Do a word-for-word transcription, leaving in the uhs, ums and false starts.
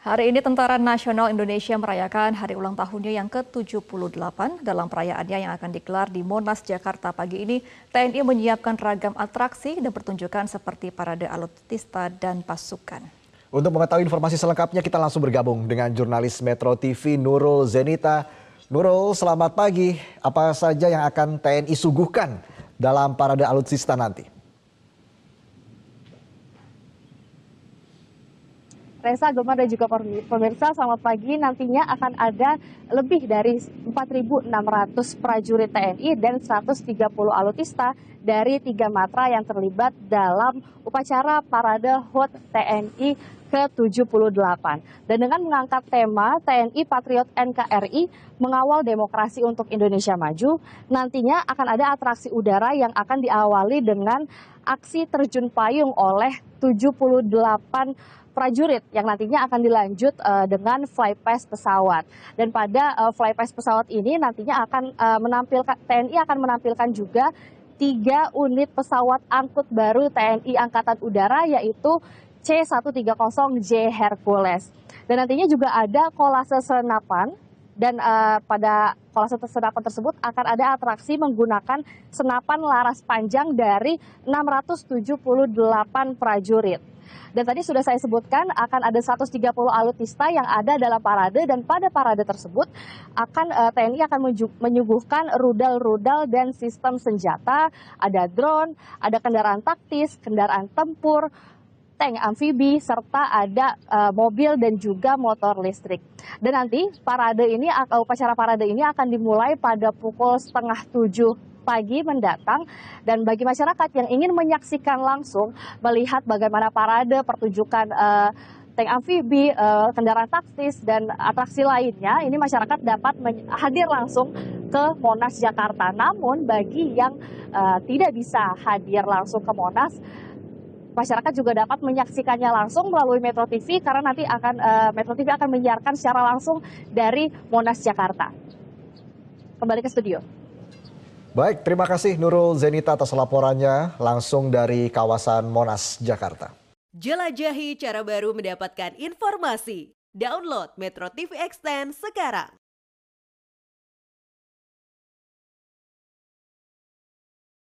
Hari ini Tentara Nasional Indonesia merayakan hari ulang tahunnya yang ke tujuh puluh delapan. Dalam perayaannya yang akan digelar di Monas, Jakarta pagi ini, T N I menyiapkan ragam atraksi dan pertunjukan seperti parade alutsista dan pasukan. Untuk mengetahui informasi selengkapnya, kita langsung bergabung dengan jurnalis Metro T V Nurul Zenita. Nurul, selamat pagi. Apa saja yang akan T N I suguhkan dalam parade alutsista nanti? Reza, Gemma dan juga pemirsa, selamat pagi. Nantinya akan ada lebih dari empat ribu enam ratus prajurit T N I dan seratus tiga puluh alutsista dari tiga matra yang terlibat dalam upacara parade H U T T N I ke tujuh puluh delapan. Dan dengan mengangkat tema T N I Patriot N K R I mengawal demokrasi untuk Indonesia maju, nantinya akan ada atraksi udara yang akan diawali dengan aksi terjun payung oleh tujuh puluh delapan prajurit yang nantinya akan dilanjut uh, dengan flypast pesawat. Dan pada uh, flypast pesawat ini nantinya akan uh, menampilkan T N I akan menampilkan juga tiga unit pesawat angkut baru T N I Angkatan Udara, yaitu C seratus tiga puluh J Hercules. Dan nantinya juga ada kolase senapan. Dan uh, pada kolase senapan tersebut akan ada atraksi menggunakan senapan laras panjang dari enam ratus tujuh puluh delapan prajurit. Dan tadi sudah saya sebutkan akan ada seratus tiga puluh alutsista yang ada dalam parade, dan pada parade tersebut akan uh, T N I akan menyuguhkan rudal-rudal dan sistem senjata, ada drone, ada kendaraan taktis, kendaraan tempur, tank amfibi, serta ada uh, mobil dan juga motor listrik. Dan nanti parade ini, upacara parade ini akan dimulai pada pukul setengah tujuh pagi mendatang, dan bagi masyarakat yang ingin menyaksikan langsung melihat bagaimana parade pertunjukan uh, tank amfibi, uh, kendaraan taktis dan atraksi lainnya, ini masyarakat dapat hadir langsung ke Monas Jakarta. Namun bagi yang uh, tidak bisa hadir langsung ke Monas, masyarakat juga dapat menyaksikannya langsung melalui Metro T V, karena nanti akan uh, Metro T V akan menyiarkan secara langsung dari Monas Jakarta. Kembali ke studio. Baik, terima kasih Nurul Zenita atas laporannya langsung dari kawasan Monas, Jakarta. Jelajahi cara baru mendapatkan informasi. Download Metro T V Extend sekarang.